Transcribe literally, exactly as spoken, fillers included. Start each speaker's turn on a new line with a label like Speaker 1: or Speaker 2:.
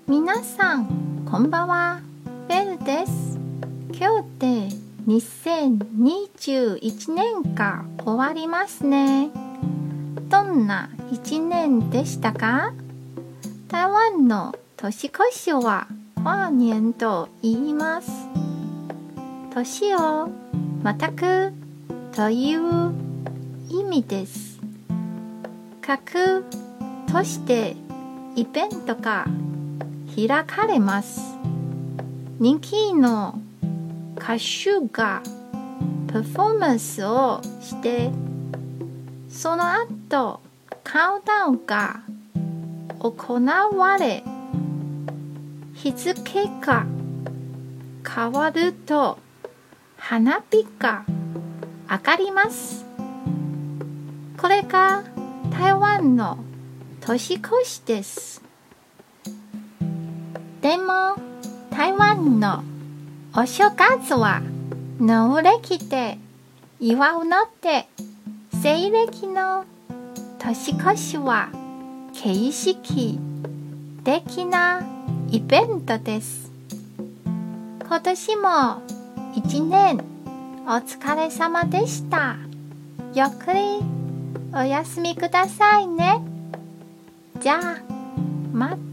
Speaker 1: 皆さんこんばんは、ベルです。今日でにせんにじゅういちねんが終わりますね。どんないちねんでしたか？台湾の年越しは跨年と言います。年をまたぐという意味です。各年でイベントが開かれます。人気の歌手がパフォーマンスをして、その後カウントダウンが行われ、日付が変わると花火が上がります。これが台湾の年越しです。でも台湾のお正月は農暦で祝うので、西暦の年越しは形式的なイベントです。今年も一年お疲れ様でした。ゆっくりお休みくださいね。じゃあまた。